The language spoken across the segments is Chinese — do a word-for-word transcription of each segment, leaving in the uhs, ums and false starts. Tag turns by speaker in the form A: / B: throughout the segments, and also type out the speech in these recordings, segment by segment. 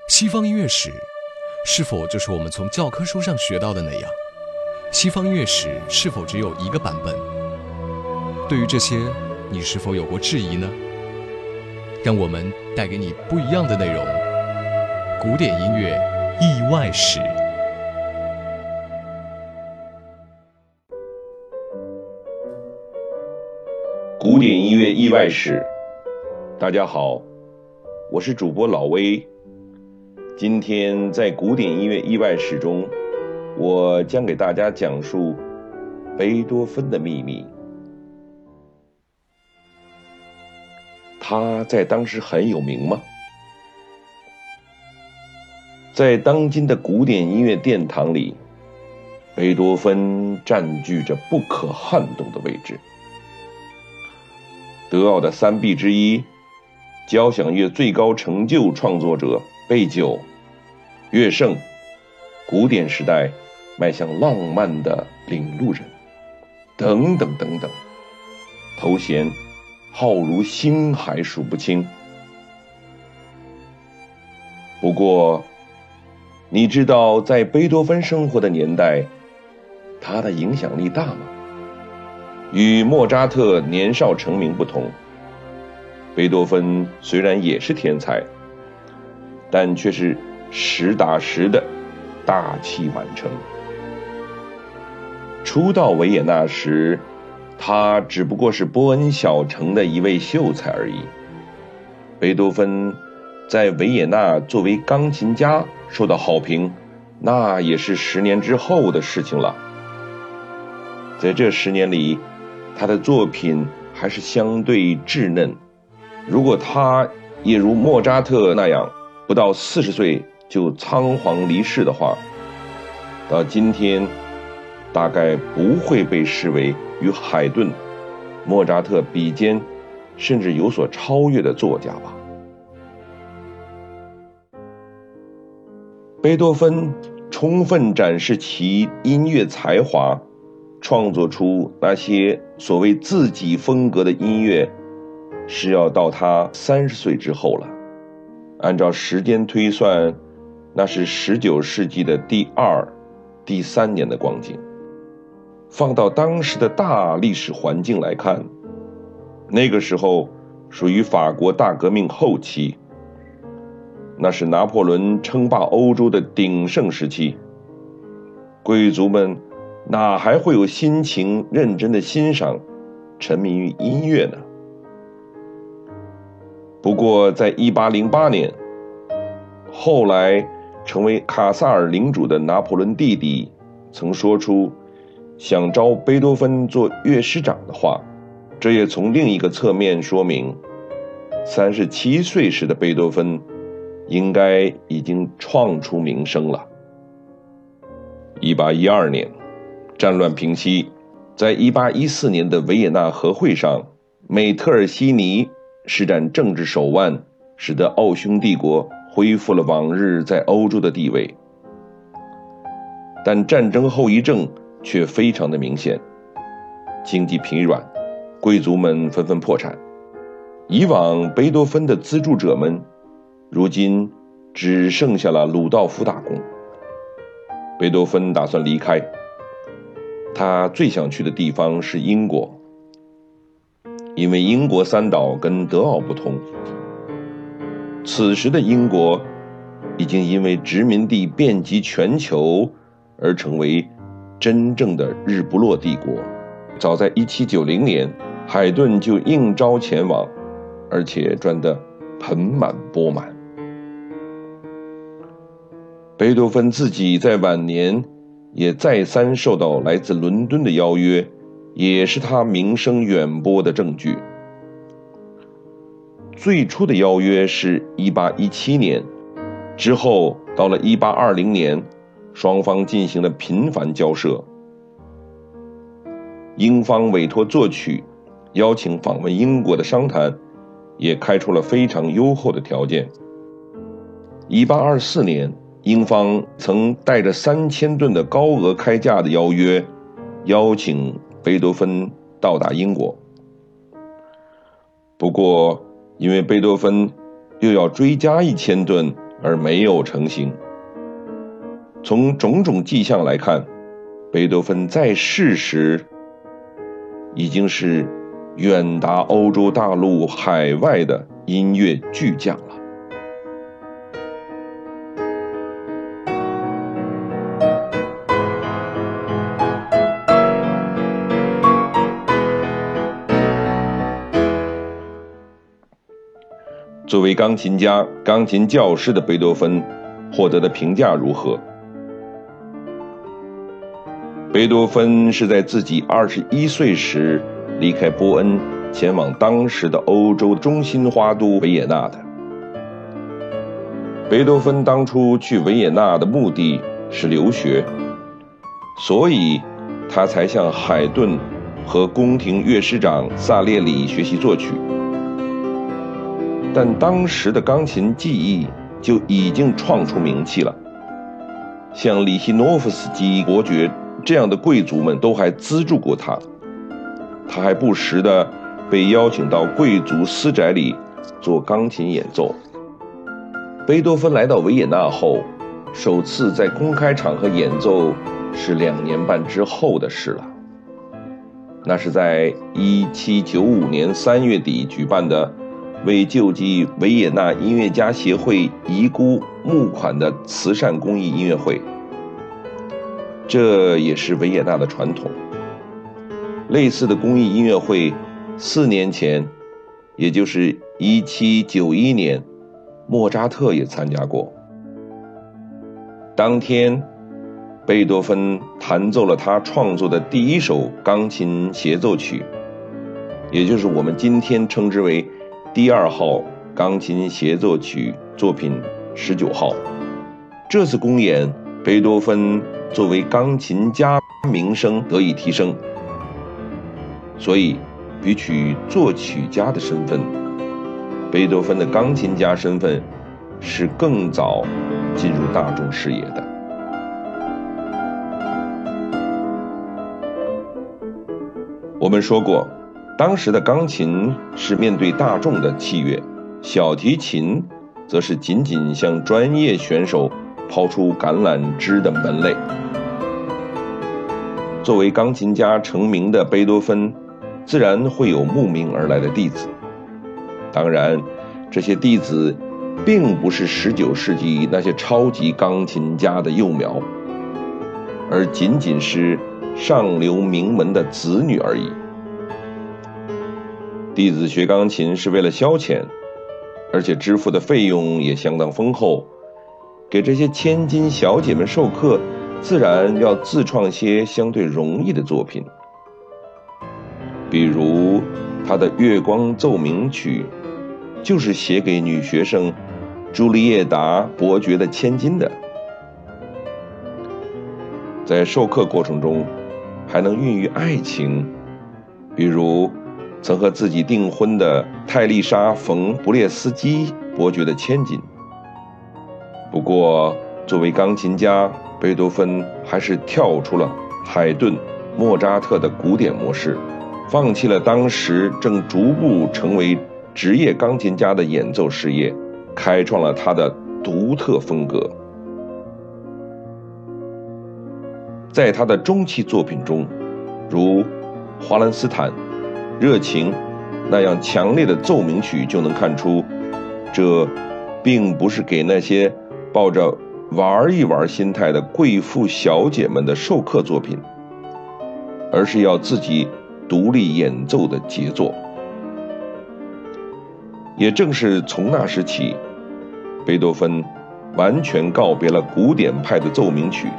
A: 西方音乐史是否就是我们从教科书上学到的那样？西方音乐史是否只有一个版本？对于这些，你是否有过质疑呢？让我们带给你不一样的内容。古典音乐意外史。
B: 古典音乐意外史，大家好，我是主播老威。今天在古典音乐意外史中，我将给大家讲述贝多芬的秘密。他在当时很有名吗？在当今的古典音乐殿堂里，贝多芬占据着不可撼动的位置。德奥的三臂之一，交响乐最高成就创作者贝九，乐圣，古典时代迈向浪漫的领路人，等等等等，头衔浩如星海，数不清。不过，你知道在贝多芬生活的年代，他的影响力大吗？与莫扎特年少成名不同，贝多芬虽然也是天才，但却是实打实的大器晚成。初到维也纳时，他只不过是波恩小城的一位秀才而已。贝多芬在维也纳作为钢琴家受到好评，那也是十年之后的事情了。在这十年里，他的作品还是相对稚嫩。如果他也如莫扎特那样不到四十岁就仓皇离世的话，到今天大概不会被视为与海顿、莫扎特比肩，甚至有所超越的作家吧。贝多芬充分展示其音乐才华，创作出那些所谓自己风格的音乐，是要到他三十岁之后了。按照时间推算，那是十九世纪的第二、第三年的光景。放到当时的大历史环境来看，那个时候属于法国大革命后期，那是拿破仑称霸欧洲的鼎盛时期。贵族们哪还会有心情认真的欣赏、沉迷于音乐呢？不过在一八零八年，后来成为卡萨尔领主的拿破仑弟弟曾说出想招贝多芬做乐师长的话，这也从另一个侧面说明，三十七岁时的贝多芬应该已经创出名声了。一八一二年，战乱平息，在一八一四年的维也纳和会上，美特尔西尼施展政治手腕，使得奥匈帝国恢复了往日在欧洲的地位。但战争后遗症却非常的明显，经济疲软，贵族们纷纷破产。以往贝多芬的资助者们，如今只剩下了鲁道夫大公。贝多芬打算离开，他最想去的地方是英国，因为英国三岛跟德奥不同。此时的英国已经因为殖民地遍及全球而成为真正的日不落帝国。早在一七九零年，海顿就应召前往，而且赚得盆满钵满。贝多芬自己在晚年也再三受到来自伦敦的邀约，也是他名声远播的证据。最初的邀约是一八一七年，之后到了一八二零年，双方进行了频繁交涉。英方委托作曲，邀请访问英国的商谈，也开出了非常优厚的条件。一八二四年，英方曾带着三千吨的高额开价的邀约，邀请贝多芬到达英国。不过，因为贝多芬又要追加一千吨而没有成型。从种种迹象来看，贝多芬在世时已经是远达欧洲大陆海外的音乐巨匠了。作为钢琴家、钢琴教师的贝多芬获得的评价如何？贝多芬是在自己二十一岁时离开波恩，前往当时的欧洲中心花都维也纳的。贝多芬当初去维也纳的目的是留学，所以他才向海顿和宫廷乐师长萨列里学习作曲。但当时的钢琴技艺就已经创出名气了，像里希诺夫斯基伯爵这样的贵族们都还资助过他，他还不时地被邀请到贵族私宅里做钢琴演奏。贝多芬来到维也纳后，首次在公开场合演奏是两年半之后的事了。那是在一七九五年三月底举办的为救济维也纳音乐家协会遗孤募款的慈善公益音乐会，这也是维也纳的传统。类似的公益音乐会，四年前，也就是一七九一年，莫扎特也参加过。当天，贝多芬弹奏了他创作的第一首钢琴协奏曲，也就是我们今天称之为第二号钢琴协奏曲作品十九号。这次公演，贝多芬作为钢琴家名声得以提升，所以比起作曲家的身份，贝多芬的钢琴家身份是更早进入大众视野的。我们说过，当时的钢琴是面对大众的器乐，小提琴则是仅仅向专业选手抛出橄榄枝的门类。作为钢琴家成名的贝多芬，自然会有慕名而来的弟子。当然，这些弟子并不是十九世纪那些超级钢琴家的幼苗，而仅仅是上流名门的子女而已。弟子学钢琴是为了消遣，而且支付的费用也相当丰厚，给这些千金小姐们授课，自然要自创些相对容易的作品。比如他的《月光奏鸣曲》就是写给女学生朱丽叶达伯爵的千金的。在授课过程中还能孕育爱情，比如曾和自己订婚的泰丽莎·冯·布列斯基伯爵的千金。不过作为钢琴家，贝多芬还是跳出了海顿、莫扎特的古典模式，放弃了当时正逐步成为职业钢琴家的演奏事业，开创了他的独特风格。在他的中期作品中，如华伦斯坦、热情那样强烈的奏鸣曲，就能看出，这并不是给那些抱着玩一玩心态的贵妇小姐们的授课作品，而是要自己独立演奏的杰作。也正是从那时起，贝多芬完全告别了古典派的奏鸣曲。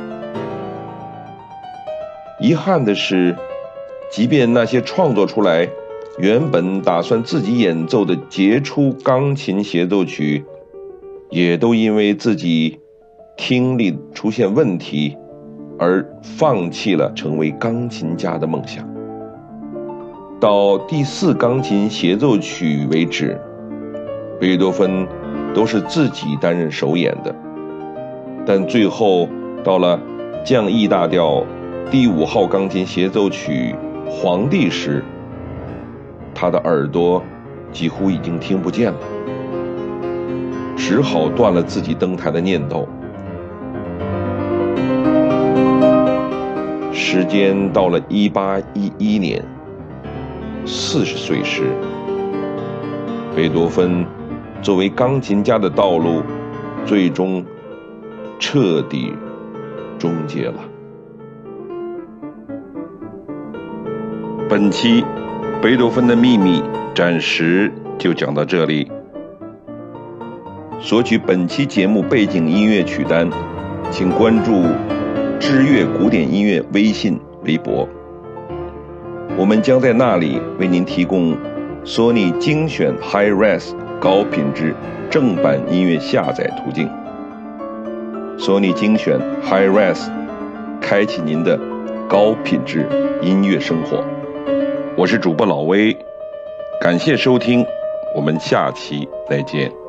B: 遗憾的是，即便那些创作出来原本打算自己演奏的杰出钢琴协奏曲，也都因为自己听力出现问题而放弃了成为钢琴家的梦想。到第四钢琴协奏曲为止，贝多芬都是自己担任首演的，但最后到了降 E 大调第五号钢琴协奏曲皇帝时，他的耳朵几乎已经听不见了。事只好断了自己登台的念头。时间到了一八一一年，四十岁时，贝多芬作为钢琴家的道路最终彻底终结了。本期贝多芬的秘密暂时就讲到这里。索取本期节目背景音乐曲单，请关注知乐古典音乐微信微博，我们将在那里为您提供索尼精选 Hi-Res 高品质正版音乐下载途径。索尼精选 Hi-Res 开启您的高品质音乐生活。我是主播老威，感谢收听，我们下期再见。